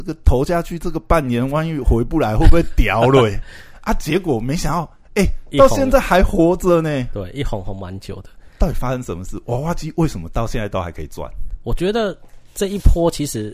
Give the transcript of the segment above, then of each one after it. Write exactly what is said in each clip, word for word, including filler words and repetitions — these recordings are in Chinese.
这个投下去这个半年，万一回不来会不会掉了、欸？啊，结果没想到，哎、欸，到现在还活着呢。 对，一红红蛮久的。 到底发生什么事？娃娃机为什么到现在都还可以赚？ 我觉得这一波其实，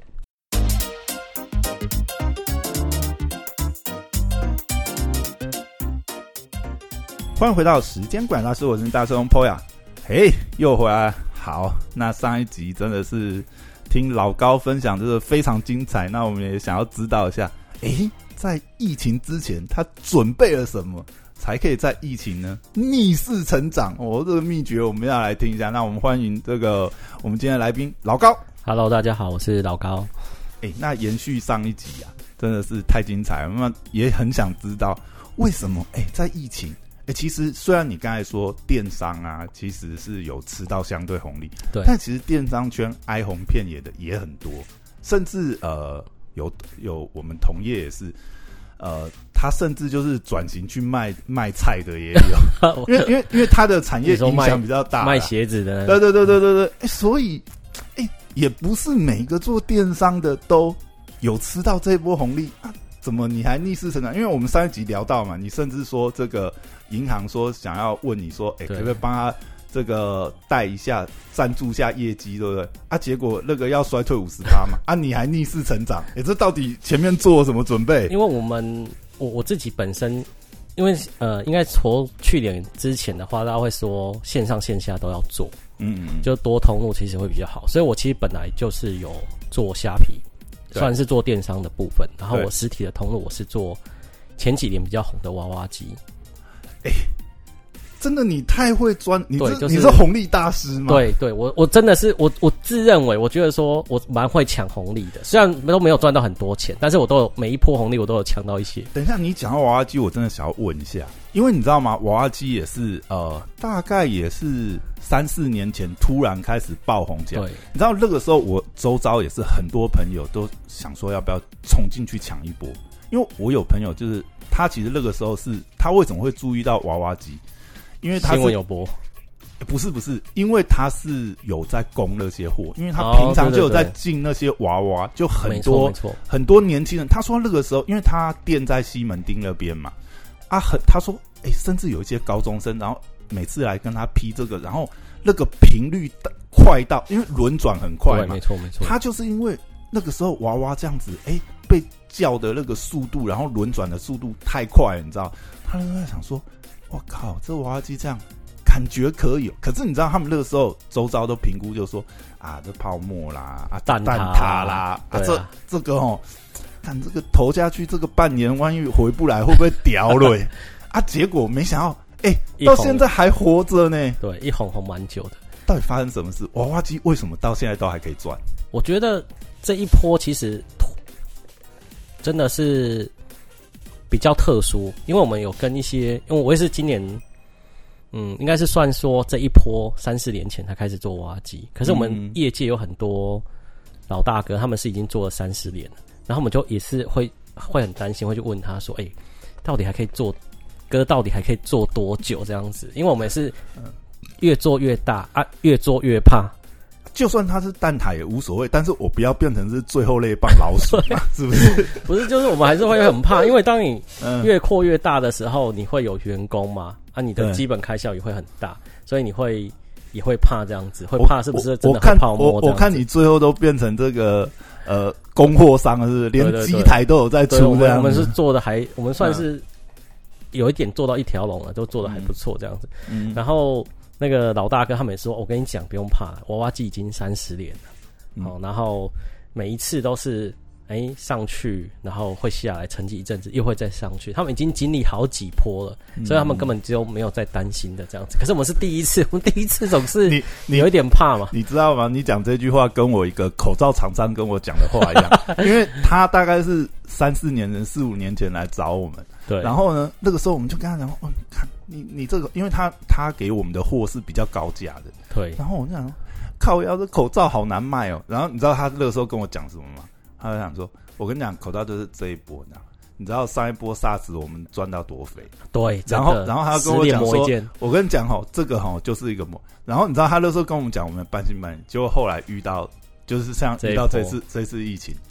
欢迎回到时间管大师，我是大师兄 Poya。嘿，又回来。好，那上一集真的是听老高分享，就是非常精彩。那我们也想要知道一下，诶，在疫情之前他准备了什么，才可以在疫情呢逆势成长？哦，这个秘诀我们要来听一下。那我们欢迎这个我们今天的来宾老高。 Hello， 大家好，我是老高。 诶，那延续上一集啊，真的是太精彩了。那也很想知道为什么诶，在疫情。欸，其实虽然你刚才说电商啊，其实是有吃到相对红利， 对， 但其实电商圈哀鸿遍野的也很多，甚至呃有有我们同业也是，呃，他甚至就是转型去卖卖菜的也有，因为因为因为他的产业影响比较大， 卖鞋子的， 对对对对对对，欸，所以欸，也不是每个做电商的都有吃到这波红利啊。怎么你还逆势成长？因为我们上一集聊到嘛，你甚至说这个银行说想要问你说，哎、欸，可不可以帮他这个带一下赞助一下业绩，对不对？啊，结果那个要衰退 百分之五十 嘛，啊，你还逆势成长，哎、欸，这到底前面做了什么准备？ 因为我们我我自己本身，因为呃，应该从去年之前的话，大家会说线上线下都要做，嗯嗯，就多通路其实会比较好，所以我其实本来就是有做虾皮。算是做电商的部分，然后我实体的通路我是做前几年比较红的娃娃机。 哎、欸，真的你太会钻，你是、 就是、 你是红利大师吗？ 对对，我我真的是我我自认为，我觉得说我蛮会抢红利的，虽然都没有赚到很多钱，但是我都有每一波红利我都有抢到一些。 等一下，你讲到娃娃机，我真的想要问一下，因为你知道吗？娃娃机也是呃，大概也是三四年前突然开始爆红起来。对，你知道那个时候我周遭也是很多朋友都想说要不要冲进去抢一波，因为我有朋友就是他其实那个时候是他为什么会注意到娃娃机，因为他是新闻有播。 不是不是，因为他是有在供那些货，因为他平常就有在进那些娃娃，哦、对对对就很多很多年轻人。他说那个时候，因为他店在西门町那边嘛，啊很，他说，哎、欸，甚至有一些高中生，然后每次来跟他批这个，然后那个频率快到，因为轮转很快嘛， 没错没错。 他就是因为那个时候娃娃这样子，哎、欸，被叫的那个速度，然后轮转的速度太快了，你知道，他就在想说，我靠，这娃娃机这样。感觉可以，可是你知道他们那个时候周遭都评估，就说啊，这泡沫啦，啊蛋蛋挞啦，啊, 啊这这个哦，看这个投下去这个半年，万一回不来会不会掉了、欸？啊，结果没想到，哎、欸，到现在还活着呢。 对，一红红蛮久的。 到底发生什么事？娃娃机为什么到现在都还可以赚？ 我觉得这一波其实真的是比较特殊，因为我们有跟一些，因为我也是今年。嗯，应该是算说这一波三四年前才开始做娃娃机，可是我们业界有很多老大哥，他们是已经做了三十年了，然后我们就也是会会很担心，会去问他说，哎、欸，到底还可以做，哥到底还可以做多久这样子？因为我们是越做越大啊，越做越怕。 就算他是蛋挞也无所谓，但是我不要变成是最后那帮老鼠嘛，是不是？ 不是，就是我们还是会很怕，因为当你越扩越大的时候，你会有员工嘛，啊，你的基本开销也会很大，所以你会也会怕这样子，会怕是不是真的会泡沫这样子。 我我我看你最后都变成这个呃供货商了，是不是？连机台都有在出这样子。 对对对，我们是做的还，我们算是有一点做到一条龙了，都做的还不错这样子。嗯，然后。那个老大哥他们也说，我跟你讲不用怕，娃娃机已经三十年了，嗯哦，然后每一次都是哎、欸、上去，然后会下来，沉寂一阵子，又会再上去，他们已经经历好几波了，嗯、所以他们根本就没有在担心的这样子。可是我们是第一次，我们第一次总是你你有一点怕嘛， 你知道吗？你讲这句话跟我一个口罩厂商跟我讲的话一样，因为他大概是三四年前、四五年前来找我们。对，然后呢，那个时候我们就跟他讲，哦，看你你这个，因为他他给我们的货是比较高价的， 对。 然后我就想说，靠腰这口罩好难卖哦。然后你知道他那个时候跟我讲什么吗？他就想说，我跟你讲，口罩就是这一波，你知道，你知道上一波 SARS 我们赚到多肥？ 对。 然后然后他跟我讲说，我跟你讲哈，这个哈就是一个膜。然后你知道他那时候跟我们讲，我们半信半疑，结果后来遇到就是像遇到这次这次疫情。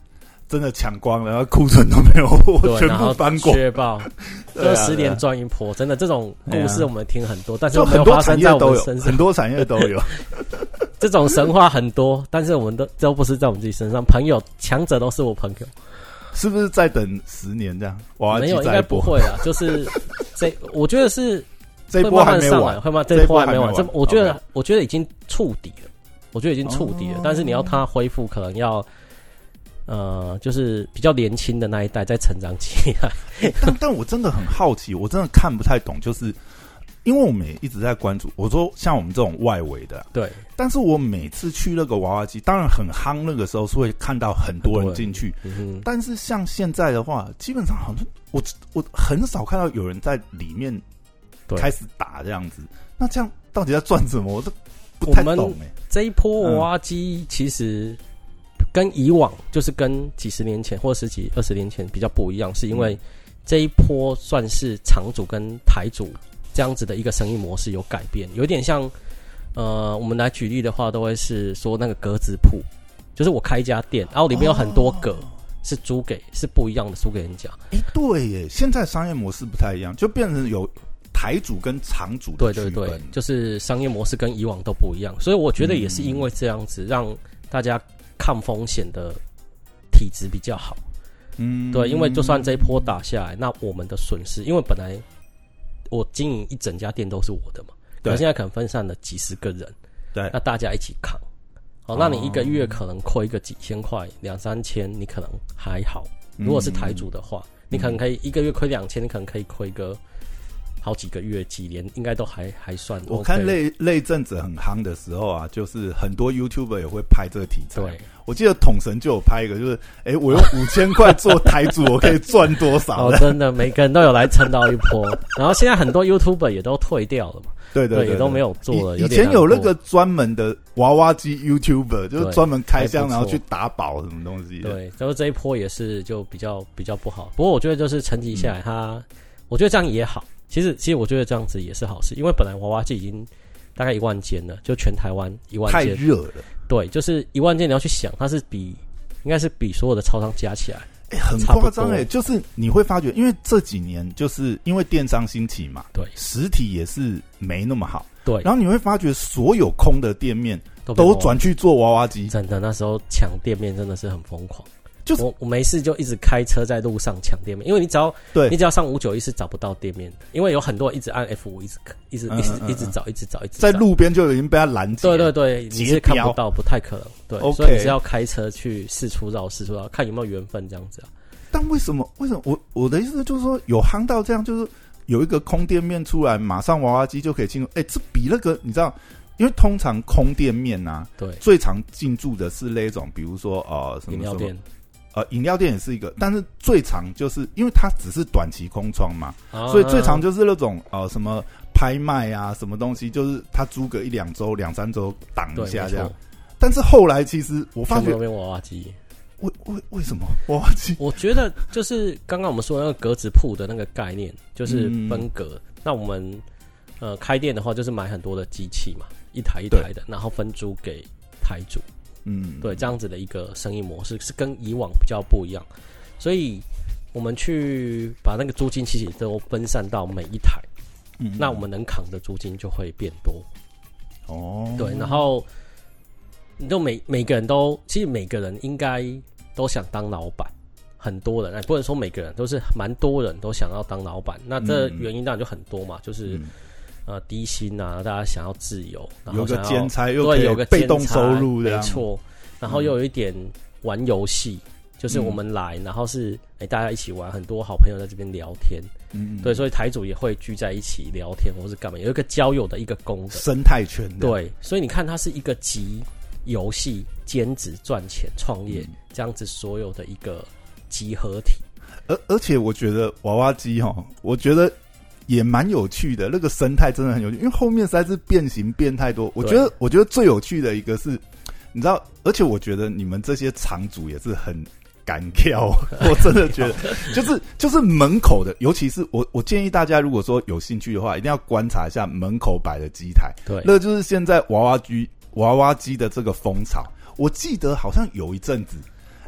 真的抢光了，然后库存都没有货，全部翻光， 缺爆，就十年赚一波，真的这种故事我们听很多，但是很多产业都有，很多产业都有。 这种神话很多，但是我们都都不是在我们自己身上。朋友强者都是我朋友， 是不是再等十年这样？娃娃机没有，应该不会啦。就是这，我觉得是这一波还没完， 会吗？这一波还没完。这我觉得， okay. 我觉得已经触底了。我觉得已经触底了，哦、但是你要它恢复，可能要呃，就是比较年轻的那一代再成长起来。 但但我真的很好奇，我真的看不太懂，就是因为我们也一直在关注。我说像我们这种外围的， 对， 但是我每次去那个娃娃机，当然很夯，那个时候是会看到很多人进去。嗯、但是像现在的话，基本上好像我我很少看到有人在里面开始打这样子。那这样到底在赚什么？我都不太懂哎、欸。 这一波娃娃机其实跟以往，就是跟几十年前或十几二十年前比较不一样，是因为这一波算是厂主跟台主这样子的一个生意模式有改变，有点像呃，我们来举例的话，都会是说那个格子铺，就是我开一家店，然后里面有很多格是租给，是不一样的租给人家。 哎、欸，对耶，现在商业模式不太一样，就变成有台主跟厂主的区分， 对对对，就是商业模式跟以往都不一样，所以我觉得也是因为这样子，让大家抗风险的体质比较好。嗯，对，因为就算这一波打下来，那我们的损失，因为本来我经营一整家店都是我的嘛，可是现在可能分散了几十个人，对，那大家一起扛，好，那你一个月可能亏个几千块、两三千，你可能还好。如果是台主的话，嗯、你可能可以一个月亏两千，你可能可以亏个好几个月、几年，应该都还还算、OK。 我看那那阵子很夯的时候啊，就是很多 YouTuber 也会拍这个题材。对，我记得统神就有拍一个，就是哎、欸，我用五千块做台主，我可以赚多少？ 哦，真的，每个人都有来蹭到一波。然后现在很多 YouTuber 也都退掉了嘛。 对 对, 对, 对, 对， 也都没有做了。 以前有那个专门的娃娃机 YouTuber， 就是专门开箱然后去打宝什么东西的。 对，就是这一波也是就比较比较不好。不过我觉得就是沉寂下来，它、嗯、我觉得这样也好。其实，其实我觉得这样子也是好事，因为本来娃娃机已经大概一万间了，就全台湾一万间， 太热了。 对，就是一万间，你要去想，它是比应该是比所有的超商加起来， 欸、很夸张哎。就是你会发觉，因为这几年就是因为电商兴起嘛，对，实体也是没那么好，对。然后你会发觉，所有空的店面都转去做娃娃机， 真的，那时候抢店面真的是很疯狂。就是我我没事就一直开车在路上抢店面，因为你只要对你只要上五九一是找不到店面的，因为有很多人一直按 F 五，一直一直一直一直找，一直找，一直在路边就已经被他拦截。 对对对，你是看不到，不太可能。对， okay. 所以你是要开车去四处绕，四处绕，看有没有缘分这样子啊。 但为什么？为什么？我我的意思就是说，有夯到这样，就是有一个空店面出来，马上娃娃机就可以进入。哎、欸，这比那个你知道？因为通常空店面啊，对，最常进驻的是那种，比如说呃什么饮料店。呃，饮料店也是一个，但是最常就是因为它只是短期空窗嘛，啊、所以最常就是那种呃什么拍卖啊，什么东西，就是它租个一两周、两三周挡一下这样。但是后来其实我发觉， 全部都变娃娃机， 为为为什么娃娃机？ 我觉得就是刚刚我们说的那个格子铺的那个概念，就是分隔。嗯、那我们呃开店的话，就是买很多的机器嘛，一台一台的，然后分租给台主。嗯，对，这样子的一个生意模式是跟以往比较不一样，所以我们去把那个租金其实都分散到每一台，嗯，那我们能扛的租金就会变多。哦，对，然后你就每每个人都，其实每个人应该都想当老板，很多人，哎，不能说每个人，都是蛮多人都想要当老板。那这原因当然就很多嘛，就是。嗯呃，低薪啊，大家想要自由，然后有个兼差，又可以有个被动收入， 没错。然后又有一点玩游戏，嗯、就是我们来，然后是哎、欸、大家一起玩，很多好朋友在这边聊天，嗯，对，所以台主也会聚在一起聊天，或是干嘛，有一个交友的一个功能， 生态圈的。 对，所以你看，它是一个集游戏、兼职、赚钱、创业、嗯、这样子所有的一个集合体。 而而且我觉得娃娃机哈，我觉得。也蛮有趣的，那个生态真的很有趣，因为后面实在是变形变太多。我觉得，我觉得最有趣的一个是，你知道，而且我觉得你们这些厂主也是很敢跳，我真的觉得，就是就是门口的，尤其是我我建议大家，如果说有兴趣的话，一定要观察一下门口摆的机台，对，那就是现在娃娃机娃娃机的这个风潮。我记得好像有一阵子。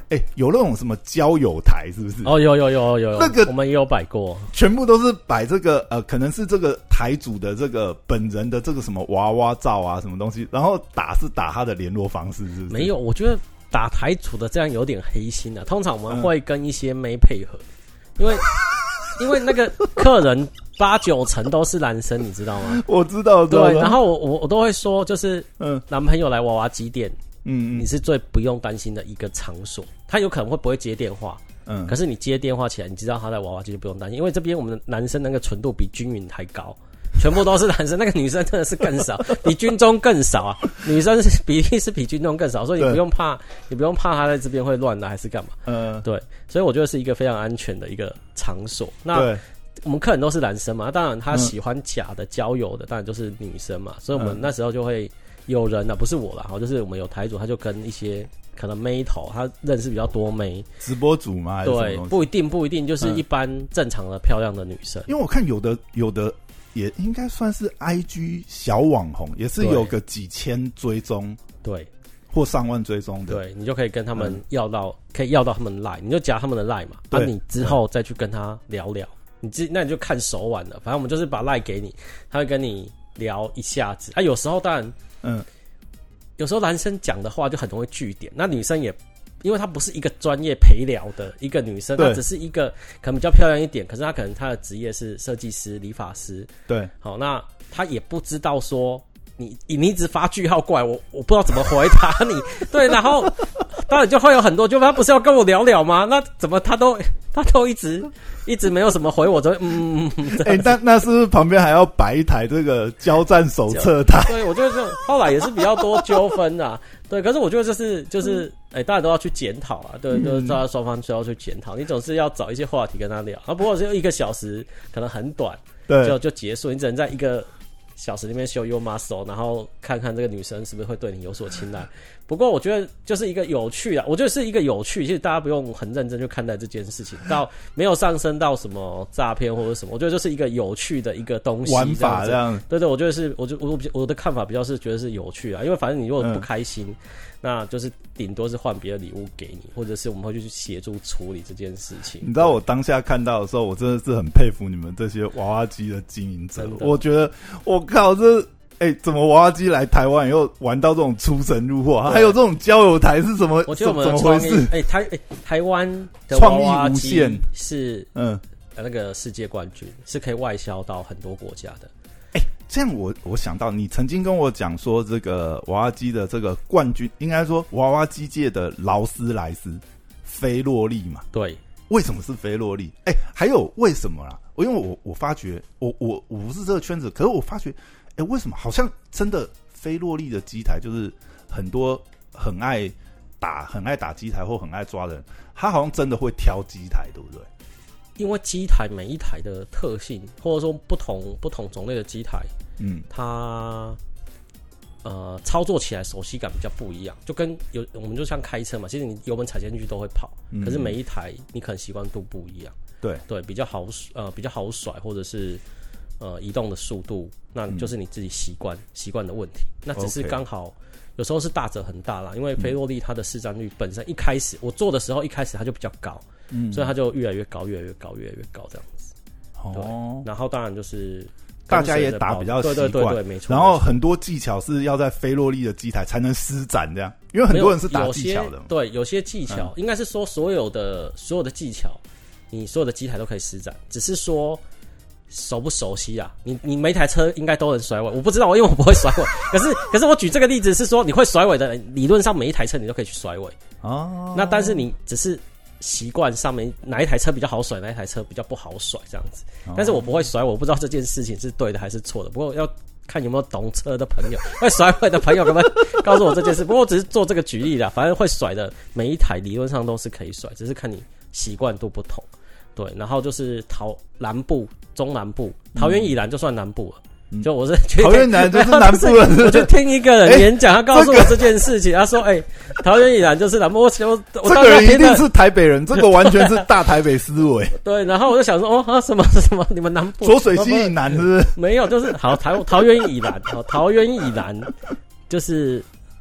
哎、欸，有那种什么交友台是不是？ 哦，有有有有有， 那个我们也有摆过， 全部都是摆这个呃，可能是这个台主的这个本人的这个什么娃娃照啊，什么东西，然后打是打他的联络方式，是不是？ 没有，我觉得打台主的这样有点黑心啊。通常我们会跟一些妹配合，嗯、因为因为那个客人八九成都是男生，你知道吗？ 我知道， 对。然后我我我都会说，就是嗯， 男朋友来娃娃机店。 嗯， 你是最不用担心的一个场所，他有可能会不会接电话，嗯，可是你接电话起来，你知道他在娃娃机就不用担心，因为这边我们的男生那个纯度比均匀还高，全部都是男生，那个女生真的是更少，比军中更少啊，女生比例是比军中更少，所以你不用怕，你不用怕他在这边会乱来还是干嘛，嗯，对，所以我觉得是一个非常安全的一个场所。那我们客人都是男生嘛，当然他喜欢假的交友的，当然就是女生嘛，所以我们那时候就会。有人啊，不是我啦，就是我们有台主，他就跟一些可能妹头，他认识比较多妹直播主嘛，还是什么东西？ 对，不一定，不一定，就是一般正常的漂亮的女生。 嗯、因为我看有的有的也应该算是 I G 小网红，也是有个几千追踪， 对， 或上万追踪的， 对你就可以跟他们要到，嗯、可以要到他们 line， 你就加他们的 line 嘛，那、啊、你之后再去跟他聊聊，你自那你就看手腕了，反正我们就是把 line 给你，他会跟你聊一下子，啊，有时候当然。嗯，有时候男生讲的话就很容易句点，那女生也，因为她不是一个专业陪聊的一个女生，她只是一个可能比较漂亮一点，可是她可能她的职业是设计师、理发师， 对， 好，那她也不知道说你你一直发句号过来，我我不知道怎么回答你，对，然后当然就会有很多，就他不是要跟我聊聊吗？那怎么他都他都一直一直没有什么回我，就嗯，哎、 欸，那那是不是旁边还要摆一台这个交战手册台？ 对，我觉得这后来也是比较多纠纷啊。对，可是我觉得这是就是哎、欸，大家都要去检讨啊，对，就是大家双方都要去检讨。你总是要找一些话题跟他聊，啊，不过是一个小时可能很短， 对， 就就结束，你只能在一个小时里面 show your muscle， 然后看看这个女生是不是会对你有所青睐。不过我觉得就是一个有趣啊，我觉得是一个有趣，其实大家不用很认真去看待这件事情，到没有上升到什么诈骗或者什么，我觉得就是一个有趣的一个东西玩法这样。 对对，我觉得是，我就我我的看法比较是觉得是有趣啊，因为反正你如果不开心，嗯、那就是顶多是换别的礼物给你，或者是我们会去协助处理这件事情。 你知道我当下看到的时候，我真的是很佩服你们这些娃娃机的经营者，我觉得我靠这。哎、欸，怎么娃娃机来台湾以后玩到这种出神入化？还有这种交友台是什么？ 我觉得我们怎么回事？ 哎、欸，台哎、欸、台湾的创意无限是嗯那个世界冠军，是可以外销到很多国家的。 哎、欸，这样我我想到你曾经跟我讲说，这个娃娃机的这个冠军，应该说娃娃机界的劳斯莱斯菲洛丽嘛？ 对， 为什么是菲洛丽？哎、欸，还有为什么啦？因为我我发觉，我我我不是这个圈子，可是我发觉。哎、欸，为什么好像真的菲洛丽的机台就是很多很爱打、很爱打机台或很爱抓人，他好像真的会挑机台，对不对？ 因为机台每一台的特性，或者说不同不同种类的机台，嗯，它呃操作起来熟悉感比较不一样，就跟有我们就像开车嘛，其实你油门踩进去都会跑，嗯、可是每一台你可能习惯度不一样， 对对，比较好呃比较好甩，或者是。呃，移动的速度，那就是你自己习惯习惯的问题。那只是刚好，有时候是大者很大啦。因为菲洛丽它的市占率本身一开始我做的时候，一开始它就比较高，嗯，所以它就越来越高，越来越高，越来越高这样子。哦，然后当然就是大家也打比较习惯， 对对对对，没错。 然后很多技巧是要在菲洛丽的机台才能施展这样，因为很多人是打技巧的。 对，有些技巧、嗯、应该是说所有的所有的技巧，你所有的机台都可以施展，只是说。熟不熟悉啊？你你每台车应该都能甩尾，我不知道，因为我不会甩尾。可是可是我举这个例子是说，你会甩尾的人，理论上每一台车你都可以去甩尾哦。那但是你只是习惯上面哪一台车比较好甩，哪一台车比较不好甩这样子。但是我不会甩尾，我不知道这件事情是对的还是错的。不过要看有没有懂车的朋友，会甩尾的朋友可不可以告诉我这件事？不过我只是做这个举例啦，反正会甩的每一台理论上都是可以甩，只是看你习惯度不同。对，然后就是桃南部、中南部，桃园以南就算南部了。嗯、就我是桃园以南就是南部了。 我就听一个人演讲，他告诉我这件事情，他说：“哎、欸，桃园以南就是南部。我”我我这个人一定是台北人，这个完全是大台北思维。 对，然后我就想说：“哦，啊、什么什么？你们南部浊水溪以南是不是？” 没有，就是好桃桃园以南，好桃园以南就是。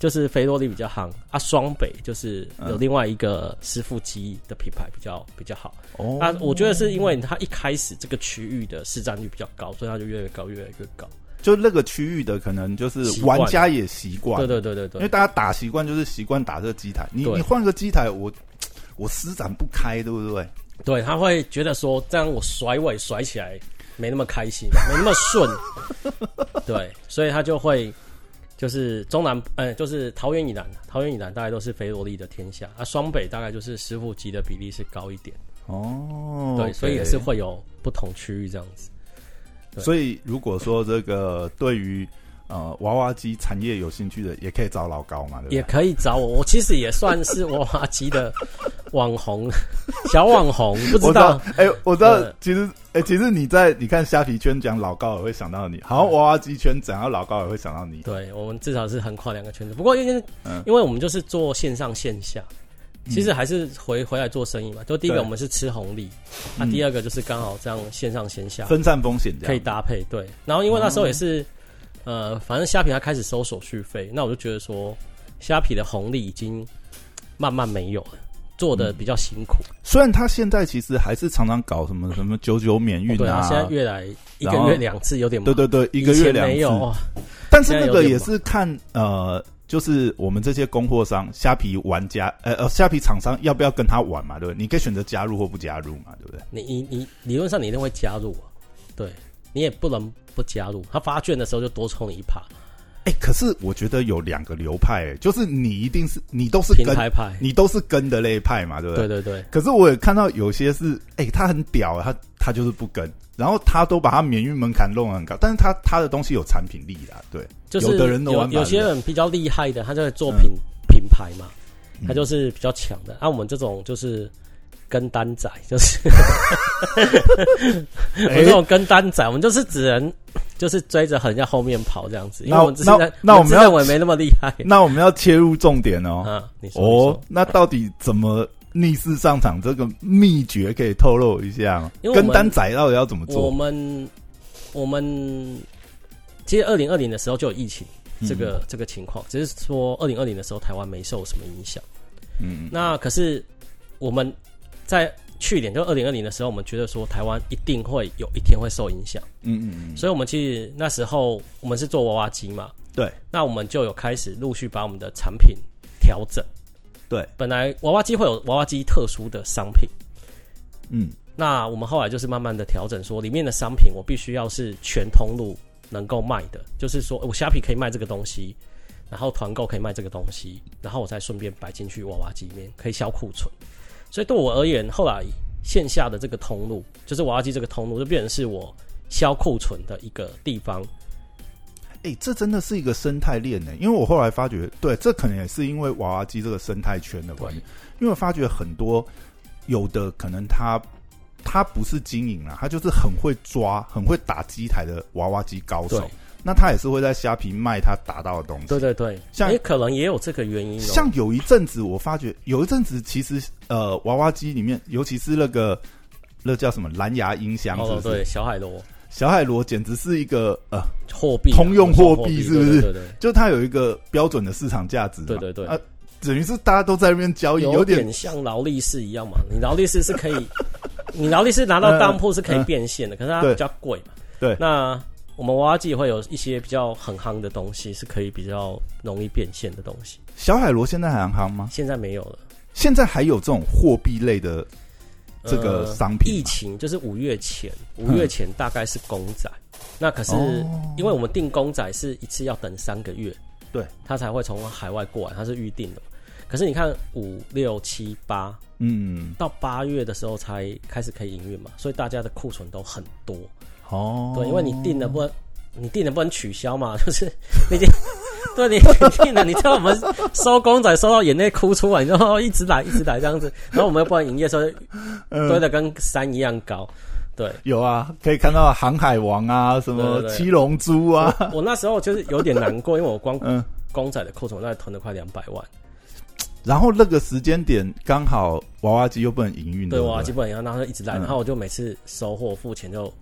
就是菲洛利比较夯啊，双北就是有另外一个师傅鸡的品牌比较比较好。哦，啊，我觉得是因为它一开始这个区域的市占率比较高，所以它就越来越高，越来越高。 就那个区域的可能就是玩家也习惯， 对对对对对， 因为大家打习惯就是习惯打这个机台，你你换个机台，我我施展不开，对不对？ 对，他会觉得说这样我甩尾甩起来没那么开心，没那么顺，对，所以他就会就是中南，呃、欸，就是桃园以南，桃园以南大概都是菲洛利的天下，啊，双北大概就是师傅级的比例是高一点，哦，对， okay. 所以也是会有不同区域这样子。 所以如果说这个对于呃娃娃机产业有兴趣的，也可以找老高嘛，对不对？ 也可以找我，我其实也算是娃娃机的网红，小网红，不知道。 哎、欸，我知道，其实哎、欸，其实你在你看虾皮圈讲老高，也会想到你；好像娃娃机圈讲到老高，也会想到你。 对，我们至少是横跨两个圈子。不过因为、嗯、因为我们就是做线上线下。其实还是回回来做生意嘛，就第一个我们是吃红利，那、啊、第二个就是刚好这样线上线下分散风险， 可以搭配。对，然后因为那时候也是，哦、呃，反正虾皮它开始收手续费，那我就觉得说，虾皮的红利已经慢慢没有了，做的比较辛苦。 嗯、虽然他现在其实还是常常搞什么什么九九免运啊， 哦、对啊，现在越来一个月两次有点， 对对对，一个月两次， 没有， 但是那个也是看呃。就是我们这些供货商、虾皮玩家，呃呃，虾皮厂商要不要跟他玩嘛？对不对？你可以选择加入或不加入嘛，对不对？ 你你你理论上你一定会加入、啊，对，你也不能不加入。他发券的时候就多抽你一趴。 哎、欸，可是我觉得有两个流派、欸，就是你一定是你都是跟平台派， 你都是跟的那一派嘛，对不对？ 对对对。 可是我也看到有些是，哎、欸，他很屌，他他就是不跟。然后他都把他免运门槛弄得很高，但是他他的东西有产品力啦，对， 就是有的人都玩有有些人比较厉害的，他就会做品、嗯、品牌嘛，他就是比较强的。按、嗯啊、我们这种就是跟单仔，就是我们这种跟单仔，我们就是只能就是追着人家后面跑这样子，因为我们自认那我们认为没那么厉害。 那我们要切入重点哦， 啊，你说哦， 你说那到底怎么？逆势上场这个秘诀可以透露一下吗？跟单仔到底要怎么做？ 我们我们其实二零二零的时候就有疫情这个、嗯、这个情况，只是说二零二零的时候台湾没受什么影响。嗯，那可是我们在去年就二零二零的时候，我们觉得说台湾一定会有一天会受影响。嗯嗯嗯，所以我们其实那时候我们是做娃娃机嘛， 对， 那我们就有开始陆续把我们的产品调整。 对， 本来娃娃机会有娃娃机特殊的商品， 嗯， 那我们后来就是慢慢的调整，说里面的商品我必须要是全通路能够卖的，就是说我虾皮可以卖这个东西，然后团购可以卖这个东西，然后我再顺便摆进去娃娃机里面，可以销库存。所以对我而言，后来线下的这个通路，就是娃娃机这个通路，就变成是我销库存的一个地方。 哎、欸，这真的是一个生态链呢，因为我后来发觉，对，这可能也是因为娃娃机这个生态圈的关系，因为我发觉很多有的可能他他不是经营啦，他就是很会抓、很会打机台的娃娃机高手，那他也是会在虾皮卖他打到的东西。 对对对，像、欸、可能也有这个原因、喔。 像有一阵子，我发觉有一阵子，其实呃，娃娃机里面，尤其是那个那叫什么蓝牙音箱，是不是？ 哦，对，小海螺。 小海螺简直是一个呃货币、啊、 通用货币，是不是？ 对对 对, 对， 就它有一个标准的市场价值嘛。 对对对， 啊，等于是大家都在那边交易， 有点像劳力士一样嘛。你劳力士是可以，你劳力士拿到当铺是可以变现的，嗯、可是它比较贵嘛。 对， 那我们娃娃机也会有一些比较很夯的东西，是可以比较容易变现的东西。 小海螺现在还很夯吗？ 现在没有了。 现在还有这种货币类的这个商品、 呃？疫情就是五月前，五月前大概是公仔。嗯，那可是因为我们订公仔是一次要等三个月， 对，他才会从海外过来，他是预定的。可是你看五六七八，嗯，到八月的时候才开始可以营运嘛，所以大家的库存都很多哦。对，因为你订了不能，你订了不能取消嘛，就是你对你订了，你知道我们收公仔收到眼泪哭出来，然后一直来一直来这样子，然后我们又不能营业的时候堆得跟山一样高。对， 有啊，可以看到航海王啊，什么七龙珠啊。 我, 我那时候就是有点难过，因为我光公仔的库存大概囤了快两百万。 然后那个时间点刚好娃娃机又不能营运， 对，娃娃机不能营运，然后就一直来、嗯，然后我就每次收货付钱就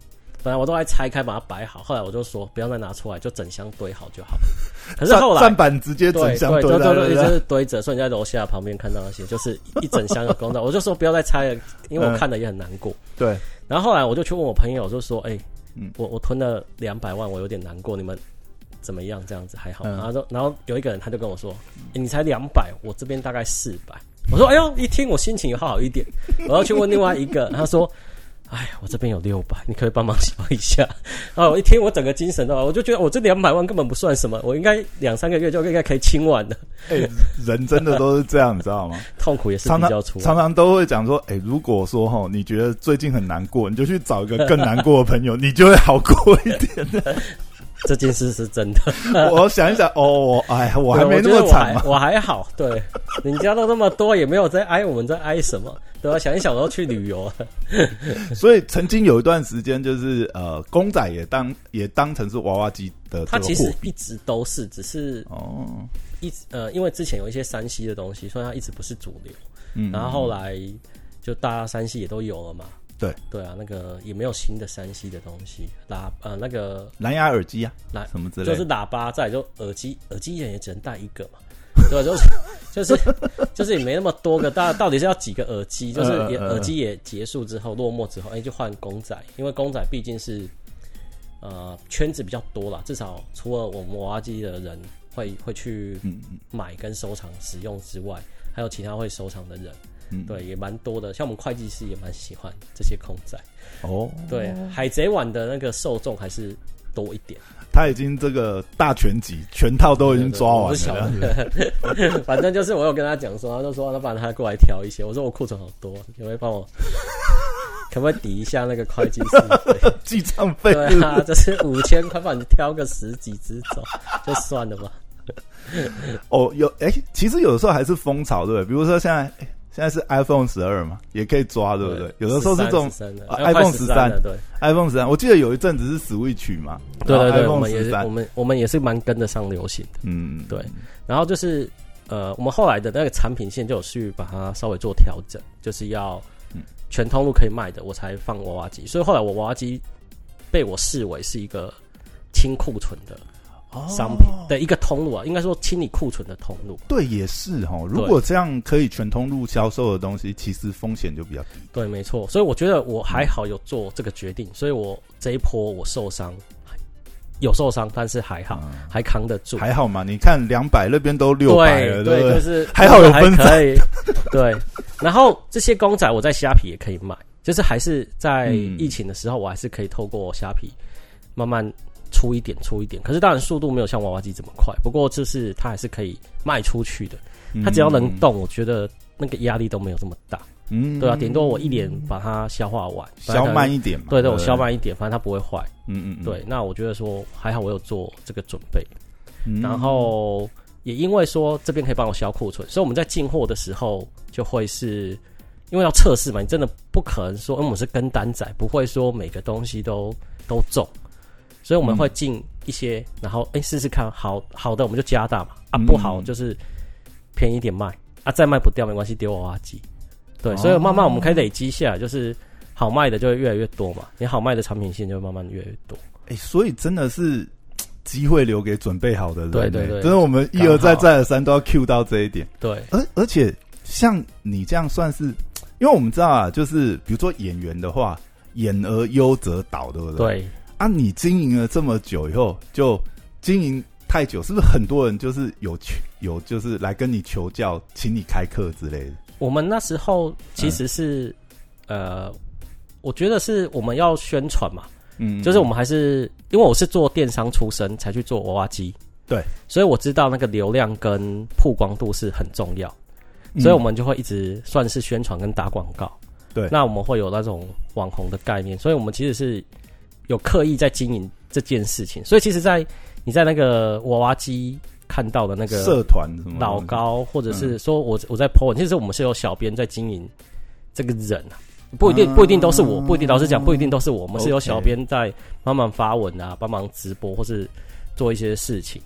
本来我都还拆开把它摆好，后来我就说不要再拿出来，就整箱堆好就好。可是后来站板直接整箱堆对， 在对，就是堆着，所以你在楼下旁边看到那些，就是一整箱的公仔，我就说不要再拆了，因为我看了也很难过。 嗯、对。 然后后来我就去问我朋友，就说：“哎、欸，嗯，我我囤了两百万，我有点难过，你们怎么样？这样子还好。嗯”然后然后有一个人他就跟我说：“欸、你才两百，我这边大概四百。”我说：“哎呦，一听我心情有好一点。”我要去问另外一个，他说。哎，我这边有六百，你可以帮忙消一下。然后我一听，我整个精神都好，我就觉得我这两百万根本不算什么，我应该两三个月就应该可以清完了。 哎、欸，人真的都是这样，你知道吗？ 痛苦也是比较出来， 常常常常都会讲说，哎、欸，如果说齁，你觉得最近很难过，你就去找一个更难过的朋友，你就会好过一点的。 这件事是真的。 我想一想，哦，哎，我还没那么惨嘛， 我还好。对，人家都那么多，也没有在挨，我们在挨什么？对吧？想一想，我要去旅游了。 所以曾经有一段时间，就是呃，公仔也当也当成是娃娃机的这个货币。 它其实一直都是，只是哦，一直呃，因为之前有一些山西的东西，所以它一直不是主流。嗯，然后后来就大家山西也都有了嘛。 对对啊，那个也没有新的山西的东西，喇呃那个蓝牙耳机啊， 蓝什么之类的， 就是喇叭，再来就耳机，耳机也只能带一个嘛，对，就是就是就是也没那么多个，大到底是要几个耳机？就是也耳机也结束之后落寞之后，哎、欸，就换公仔，因为公仔毕竟是呃圈子比较多啦，至少除了我们娃娃机的人会会去买跟收藏使用之外，还有其他会收藏的人。嗯、对，也蛮多的，像我们会计师也蛮喜欢这些公仔哦。对，海贼王的那个受众还是多一点。 他已经这个大全集全套都已经抓完了。 对对对反正就是我有跟他讲说，他就说那不然他过来挑一些。我说我库存好多，你会帮我可不可以抵一下那个会计师记账费？ 对啊，就是五千块，帮你挑个十几只走，就算了吧。 哦，有哎、欸，其实有的时候还是风潮，对不对？比如说现在。欸现在是 iPhone 十二嘛，也可以抓，对不对？有的时候是这种、啊、iPhone 十三，对 ，iPhone 十三。我记得有一阵子是 Switch 嘛， 对对对，我们也是，我们我们也是蛮跟得上流行的，嗯，对。然后就是呃，我们后来的那个产品线就有去把它稍微做调整，就是要全通路可以卖的，我才放娃娃机。所以后来我娃娃机被我视为是一个轻库存的。商品的一个通路啊，应该说清理库存的通路。 对，也是齁。如果这样可以全通路销售的东西，其实风险就比较低。 对，没错。所以我觉得我还好有做这个决定，所以我这一波我受伤，有受伤，但是还好，嗯、还扛得住。 还好嘛？你看两百那边都六百了，对不对？ 就是还好有分散。 可以。对。然后这些公仔我在虾皮也可以卖，就是还是在疫情的时候，我还是可以透过虾皮慢慢。出一点出一点，可是当然速度没有像娃娃机这么快，不过这是它还是可以卖出去的。它只要能动，我觉得那个压力都没有这么大。嗯，对啊，顶多我一年把它消化完， 消慢一点嘛。 对对，我消慢一点，反正它不会坏。 嗯嗯嗯， 对，那我觉得说还好，我有做这个准备。嗯、然后也因为说这边可以帮我销库存，所以我们在进货的时候就会是因为要测试嘛，你真的不可能说，因为我们是跟单仔，不会说每个东西都都中。所以我们会进一些，嗯、然后哎试试看，好好的我们就加大嘛，啊不好就是便宜一点卖，啊再卖不掉没关系，丢娃娃机。对，哦、所以慢慢我们可以累积下来，就是好卖的就会越来越多嘛，你好卖的产品线就会慢慢越来越多。 哎，所以真的是机会留给准备好的人， 对对对， 真的我们一而再再而三都要 cue 到这一点。 对， 而而且像你这样算是，因为我们知道啊，就是比如说演员的话，演而优则导，对不对？ 对。 啊，你经营了这么久以后，就经营太久，是不是很多人就是有有就是来跟你求教，请你开课之类的？ 我们那时候其实是、嗯、呃，我觉得是我们要宣传嘛，嗯，就是我们还是因为我是做电商出身，才去做娃娃机， 对， 所以我知道那个流量跟曝光度是很重要，所以我们就会一直算是宣传跟打广告， 对， 那我们会有那种网红的概念，所以我们其实是。有刻意在经营这件事情，所以其实在你在那个娃娃机看到的那个社团什么老高，或者是说我我在 po 文，其实我们是有小编在经营这个人啊，不一定不一定都是我，不一定老实讲不一定都是我，我们是有小编在帮忙发文啊，帮忙直播或是做一些事情。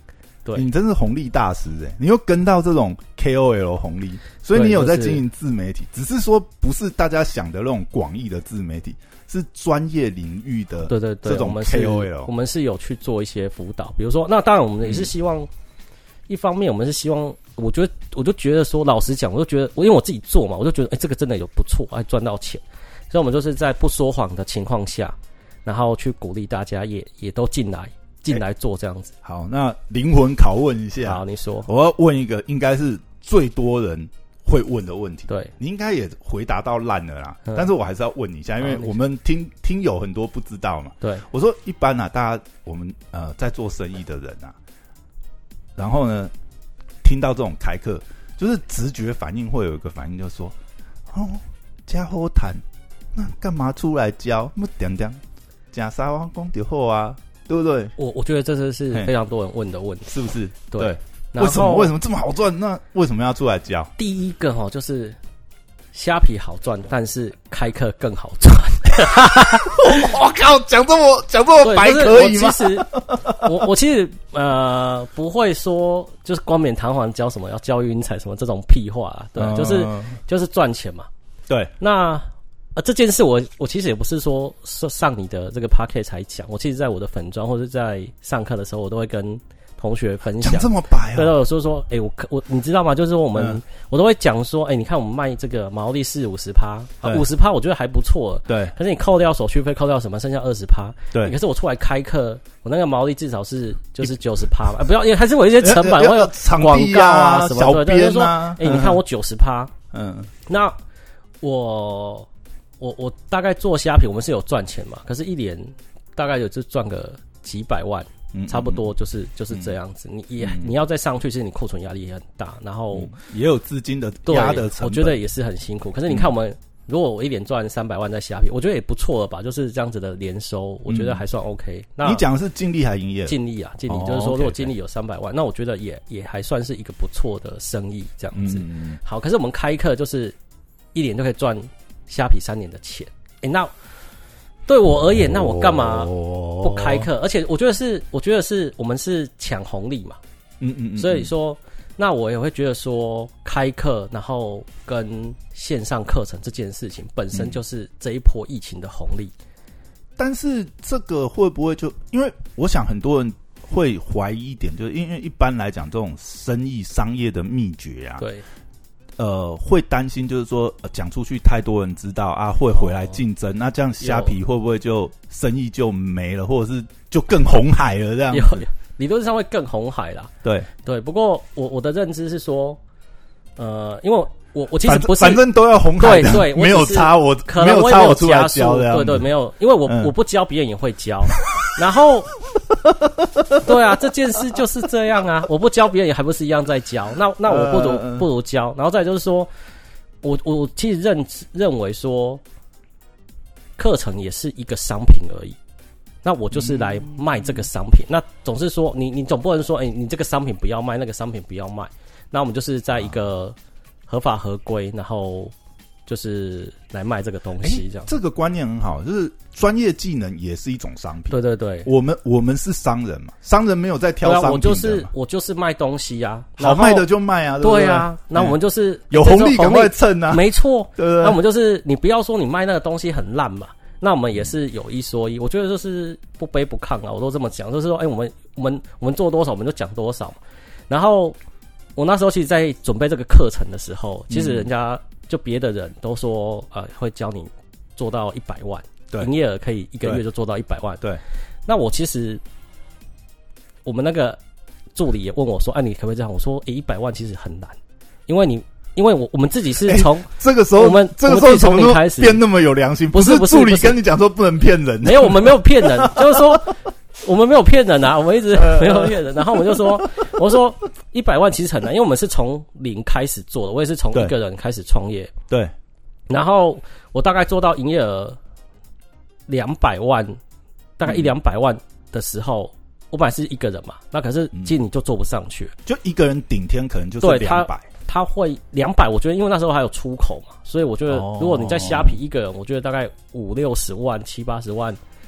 对， 你真是红利大师哎、欸！你又跟到这种 K O L 红利，所以你有在经营自媒体，就是、只是说不是大家想的那种广义的自媒体，是专业领域的。 对对对， 这种 K O L， 我们是有去做一些辅导，比如说，那当然我们也是希望，嗯、一方面我们是希望，我觉得我就觉得说，老实讲，我就觉得，因为我自己做嘛，我就觉得，哎、欸，这个真的有不错，还赚到钱，所以我们就是在不说谎的情况下，然后去鼓励大家也也都进来。进来做这样子、欸。 好，那灵魂拷问一下。 好，你说。 我要问一个应该是最多人会问的问题。 对， 你应该也回答到烂了啦、嗯，但是我还是要问你一下，因为我们听听友很多不知道嘛。 对， 我说一般啊，大家我们呃在做生意的人啊，然后呢听到这种开课，就是直觉反应会有一个反应，就是说，哦，加好谈，那干嘛出来教？那么点点假沙汪公就好啊。对不对？ 我我觉得这是非常多人问的问题， 是不是？ 对。 对，为什么为什么这么好赚？那为什么要出来教？ 第一个哈、哦，就是虾皮好赚，但是开课更好赚。 我靠，讲这么讲这么白可以吗？ 其实我我其实呃不会说就是冠冕堂皇教什么要教育英才什么这种屁话啊，对，嗯、就是就是赚钱嘛。 对， 那。啊，这件事我我其实也不是说上你的这个 podcast 才讲，我其实在我的粉专或者在上课的时候，我都会跟同学分享。 讲这么白啊？ 对，我说说，哎、欸，我我你知道吗？就是说我们、嗯、我都会讲说，哎、欸，你看我们卖这个毛利是五十趴，五十趴我觉得还不错。 对。 可是你扣掉手续费，扣掉什么，剩下二十趴。 对。 可是我出来开课，我那个毛利至少是就是九十趴嘛，不要，还是我一些成本，会有广告啊什么的。对，就是说，哎、欸，你看我九十趴，嗯，那我。我我大概做虾皮，我们是有赚钱嘛，可是一年大概有就赚个几百万，嗯、差不多就是就是这样子。嗯、你也、嗯、你要再上去，其实你库存压力也很大，然后、嗯、 也有资金的压的成本， 我觉得也是很辛苦。可是你看我们，嗯、如果我一年赚三百万在虾皮，我觉得也不错了吧？就是这样子的年收，我觉得还算 OK。嗯、那你讲的是净利还营业？ 净利啊，净利、哦、就是说，如果净利有三百万，那我觉得也也还算是一个不错的生意这样子。嗯、好，可是我们开课就是一年就可以赚虾皮三年的钱。欸、那对我而言，那我干嘛不开课？而且我觉得是，我觉得是我们是抢红利嘛，嗯嗯嗯，所以说，那我也会觉得说，开课然后跟线上课程这件事情本身就是这一波疫情的红利。 但是这个会不会就因为我想很多人会怀疑一点，就是因为一般来讲这种生意商业的秘诀啊， 对。 呃，会担心就是说讲、呃、出去太多人知道啊，会回来竞争、哦，那这样虾皮会不会就生意就没了，或者是就更红海了这样子？ 有有，理论上会更红海啦。 对对，不过我我的认知是说，呃，因为我我我其实不是反正都要红海的， 对对， 没有差我可能我没有出来教的， 对对，没有，因为我、嗯、我不教别人也会教，然后。对啊，这件事就是这样啊！我不教别人，也还不是一样在教。那那我不如、呃、不如教。然后再就是说，我我其实认认为说，课程也是一个商品而已。那我就是来卖这个商品。嗯、那总是说，你你总不能说，哎、欸，你这个商品不要卖，那个商品不要卖。那我们就是在一个合法合规，然后就是来卖这个东西，这样、欸。 这个观念很好，就是专业技能也是一种商品。 对对对， 我们我们是商人嘛，商人没有在挑商品的嘛、啊、 我就是我就是卖东西啊， 好卖的就卖啊，对不对？ 对啊，那我们就是、欸、 有红利赶快蹭啊， 没错， 对不对？ 那我们就是你不要说你卖那个东西很烂嘛，那我们也是有一说一，我觉得就是不卑不亢啊，我都这么讲，就是说，哎、欸，我们我们我们做多少我们就讲多少嘛。然后我那时候其实，在准备这个课程的时候，其实人家。嗯就别的人都说，呃，会教你做到一百万，营业额可以一个月就做到一百万。 对， 那我其实我们那个助理也问我说：“哎、啊，你可不可以这样？”我说：“哎、欸，一百万其实很难，因为你，因为我我们自己是从、欸、 这个时候， 我们这个时候从你开始变那么有良心， 不是不是助理跟你讲说不能骗人， 没有，我们没有骗人，就是说。”我们没有骗人啊，我们一直没有骗人。然后我们就说，我说一百万其实很难，因为我们是从零开始做的，我也是从一个人开始创业。 对。 然后我大概做到营业额两百万，大概一两百万的时候，嗯、我本来是一个人嘛，那可是其实你就做不上去，嗯、 就一个人顶天可能就是两百。 他会两百，我觉得因为那时候还有出口嘛，所以我觉得如果你在虾皮一个人，我觉得大概五六十万、七八十万。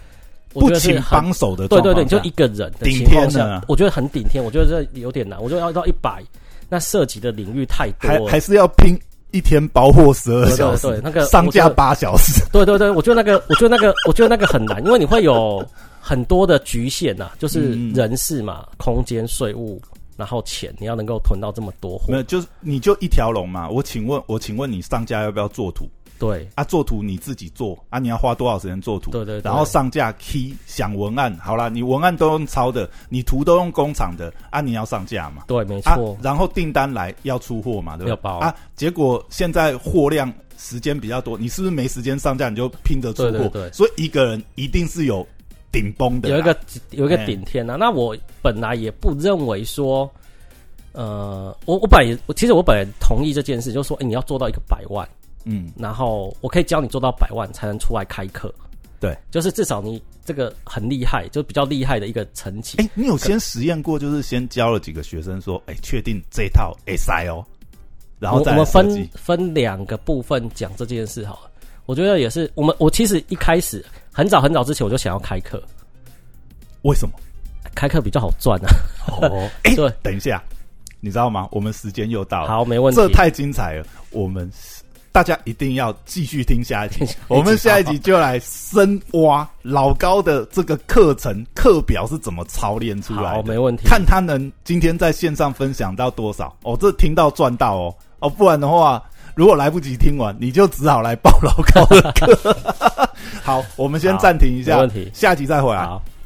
我觉得是不请帮手的状况下， 对对对，你就一个人的情况下，我觉得很顶天，我觉得这有点难，我觉得要到一百，那涉及的领域太多了， 还还是要拼一天包货十二小时， 对对对，那个上架八小时， 对对对，我觉得那个，我觉得那个，我觉得那个很难，因为你会有很多的局限呐、啊，就是人事嘛、嗯、空间、税务，然后钱，你要能够囤到这么多货， 没有，就是你就一条龙嘛。我请问，我请问你上架要不要做图？ 对啊，做图你自己做啊，你要花多少时间做图？ 对对对， 然后上架 key 想文案，好啦，你文案都用抄的，你图都用工厂的啊，你要上架嘛？ 对，没错、 啊。然后订单来要出货嘛，对不对？ 要包啊，结果现在货量时间比较多，你是不是没时间上架，你就拼着出货？ 对对对， 所以一个人一定是有顶崩的， 有一个有一个顶天啊。那我本来也不认为说，呃，我我本来也，其实我本来同意这件事，就是说，哎、欸，你要做到一个百万。嗯，然后我可以教你做到百万才能出来开课，对，就是至少你这个很厉害，就比较厉害的一个层级。 哎、欸，你有先实验过，就是先教了几个学生说，哎、欸，确定这一套会塞哦，然后再来我们分分两个部分讲这件事好了。我觉得也是，我们我其实一开始很早很早之前我就想要开课， 为什么？ 开课比较好赚啊。 哦，哎、欸，对，等一下，你知道吗？我们时间又到了， 好，没问题， 这太精彩了，我们。大家一定要继续听下一集，我们下一集就来深挖老高的这个课程课表是怎么操练出来的。 好，没问题。 看他能今天在线上分享到多少哦，这听到赚到哦哦，不然的话，如果来不及听完，你就只好来报老高的课。好，我们先暂停一下， 没问题， 下集再回来。 好。